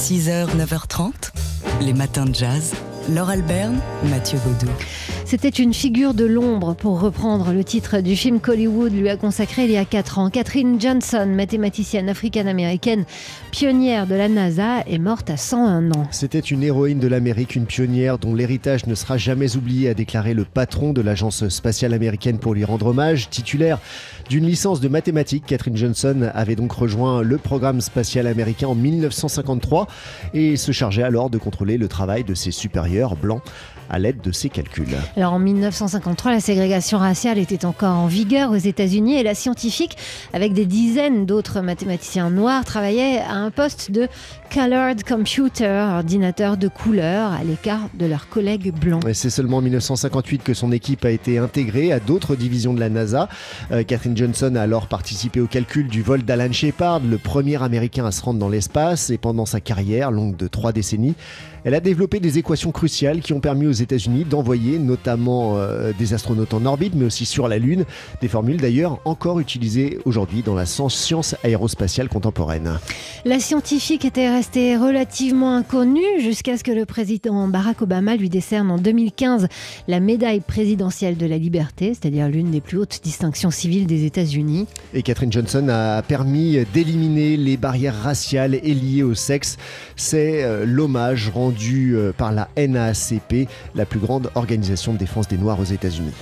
6h, 9h30, les matins de jazz. Laure Alberne, Mathieu Baudou. C'était une figure de l'ombre, pour reprendre le titre du film qu'Hollywood lui a consacré il y a 4 ans. Katherine Johnson, mathématicienne africaine-américaine, pionnière de la NASA, est morte à 101 ans. C'était une héroïne de l'Amérique, une pionnière dont l'héritage ne sera jamais oublié, a déclaré le patron de l'agence spatiale américaine pour lui rendre hommage. Titulaire d'une licence de mathématiques, Katherine Johnson avait donc rejoint le programme spatial américain en 1953 et se chargeait alors de contrôler le travail de ses supérieurs blancs à l'aide de ses calculs. Alors en 1953, la ségrégation raciale était encore en vigueur aux États-Unis et la scientifique, avec des dizaines d'autres mathématiciens noirs, travaillait à un poste de Colored Computer, ordinateur de couleur, à l'écart de leurs collègues blancs. Et c'est seulement en 1958 que son équipe a été intégrée à d'autres divisions de la NASA. Katherine Johnson a alors participé au calcul du vol d'Alan Shepard, le premier Américain à se rendre dans l'espace. Et pendant sa carrière, longue de 3 décennies, elle a développé des équations cruciales qui ont permis aux États-Unis d'envoyer notamment des astronautes en orbite, mais aussi sur la Lune. Des formules d'ailleurs encore utilisées aujourd'hui dans la science aérospatiale contemporaine. La scientifique était restée relativement inconnue jusqu'à ce que le président Barack Obama lui décerne en 2015 la médaille présidentielle de la liberté, c'est-à-dire l'une des plus hautes distinctions civiles des États-Unis. Et Katherine Johnson a permis d'éliminer les barrières raciales et liées au sexe. C'est l'hommage rendu par la NAACP, la plus grande organisation de défense des Noirs aux États-Unis.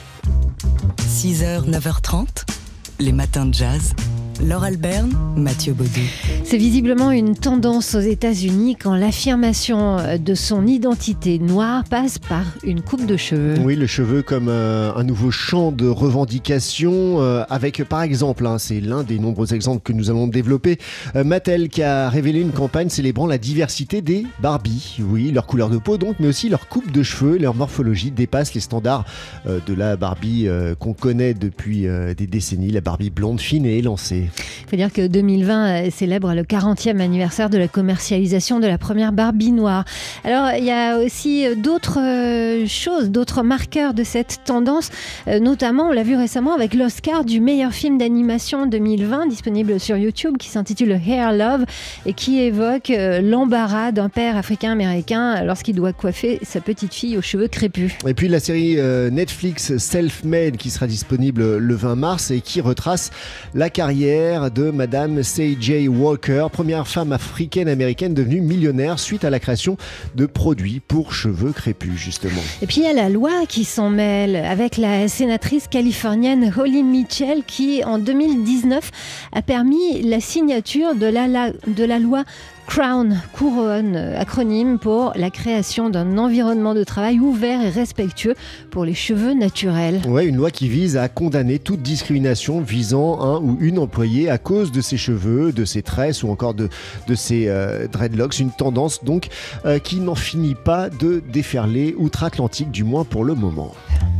6h, 9h30, les matins de jazz. Laure Alberne, Mathieu Baudou. C'est visiblement une tendance aux États-Unis quand l'affirmation de son identité noire passe par une coupe de cheveux. Oui, le cheveu comme un nouveau champ de revendication avec par exemple, c'est l'un des nombreux exemples que nous allons développer, Mattel qui a révélé une campagne célébrant la diversité des Barbie. Oui, leur couleur de peau donc, mais aussi leur coupe de cheveux, leur morphologie dépasse les standards de la Barbie qu'on connaît depuis des décennies, la Barbie blonde, fine et élancée. Il faut dire que 2020 célèbre le 40e anniversaire de la commercialisation de la première Barbie noire. Alors, il y a aussi d'autres choses, d'autres marqueurs de cette tendance. Notamment, on l'a vu récemment avec l'Oscar du meilleur film d'animation 2020, disponible sur YouTube, qui s'intitule Hair Love et qui évoque l'embarras d'un père africain-américain lorsqu'il doit coiffer sa petite fille aux cheveux crépus. Et puis la série Netflix Self-Made qui sera disponible le 20 mars et qui retrace la carrière de Madame C.J. Walker, première femme africaine-américaine devenue millionnaire suite à la création de produits pour cheveux crépus, justement. Et puis il y a la loi qui s'en mêle avec la sénatrice californienne Holly Mitchell qui, en 2019, a permis la signature de la loi Crown, couronne, acronyme pour la création d'un environnement de travail ouvert et respectueux pour les cheveux naturels. Ouais, une loi qui vise à condamner toute discrimination visant un ou une employée à cause de ses cheveux, de ses tresses ou encore de ses dreadlocks. Une tendance donc qui n'en finit pas de déferler outre-Atlantique, du moins pour le moment.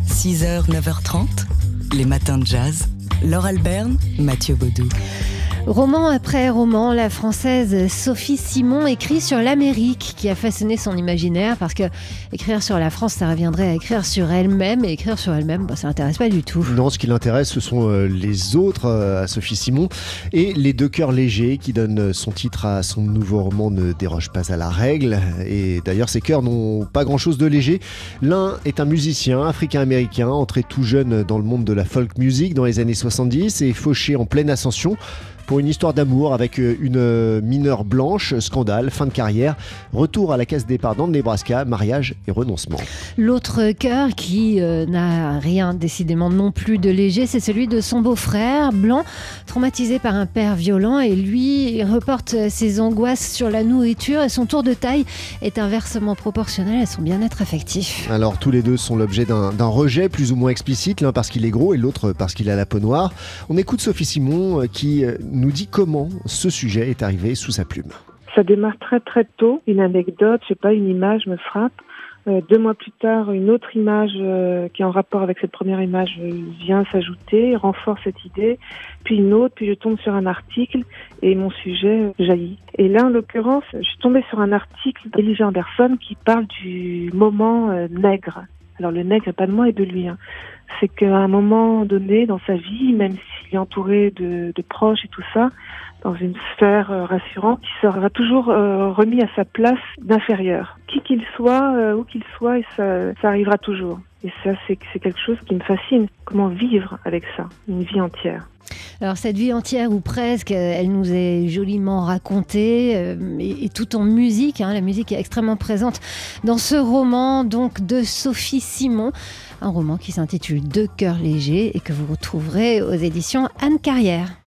6h, 9h30, les matins de jazz. Laure Alberne, Mathieu Baudou. Roman après roman, la française Sophie Simon écrit sur l'Amérique qui a façonné son imaginaire, parce que écrire sur la France, ça reviendrait à écrire sur elle-même, et écrire sur elle-même, ça l'intéresse pas du tout. Non, ce qui l'intéresse, ce sont les autres à Sophie Simon, et Les Deux cœurs légers qui donne son titre à son nouveau roman ne déroge pas à la règle. Et d'ailleurs, ces cœurs n'ont pas grand-chose de léger. L'un est un musicien africain-américain, entré tout jeune dans le monde de la folk music dans les années 70 et fauché en pleine ascension pour une histoire d'amour avec une mineure blanche, scandale, fin de carrière, retour à la case départ dans le Nebraska, mariage et renoncement. L'autre cœur qui n'a rien décidément non plus de léger, c'est celui de son beau-frère, blanc, traumatisé par un père violent, et lui il reporte ses angoisses sur la nourriture, et son tour de taille est inversement proportionnel à son bien-être affectif. Alors tous les deux sont l'objet d'un rejet plus ou moins explicite, l'un parce qu'il est gros et l'autre parce qu'il a la peau noire. On écoute Sophie Simon qui nous dit comment ce sujet est arrivé sous sa plume. Ça démarre très très tôt. Une anecdote, une image me frappe. 2 mois plus tard, une autre image qui est en rapport avec cette première image vient s'ajouter, renforce cette idée. Puis une autre, puis je tombe sur un article et mon sujet jaillit. Et là, en l'occurrence, je suis tombée sur un article d'Elie Anderson qui parle du moment nègre. Alors le nègre, pas de moi et de lui. C'est qu'à un moment donné dans sa vie, même s'il est entouré de proches et tout ça, dans une sphère rassurante, il sera toujours remis à sa place d'inférieur. Qui qu'il soit, où qu'il soit, et ça arrivera toujours. Et ça, c'est quelque chose qui me fascine. Comment vivre avec ça, une vie entière. Alors cette vie entière ou presque, elle nous est joliment racontée et tout en musique. La musique est extrêmement présente dans ce roman donc de Sophie Simon, un roman qui s'intitule Deux cœurs légers et que vous retrouverez aux éditions Anne Carrière.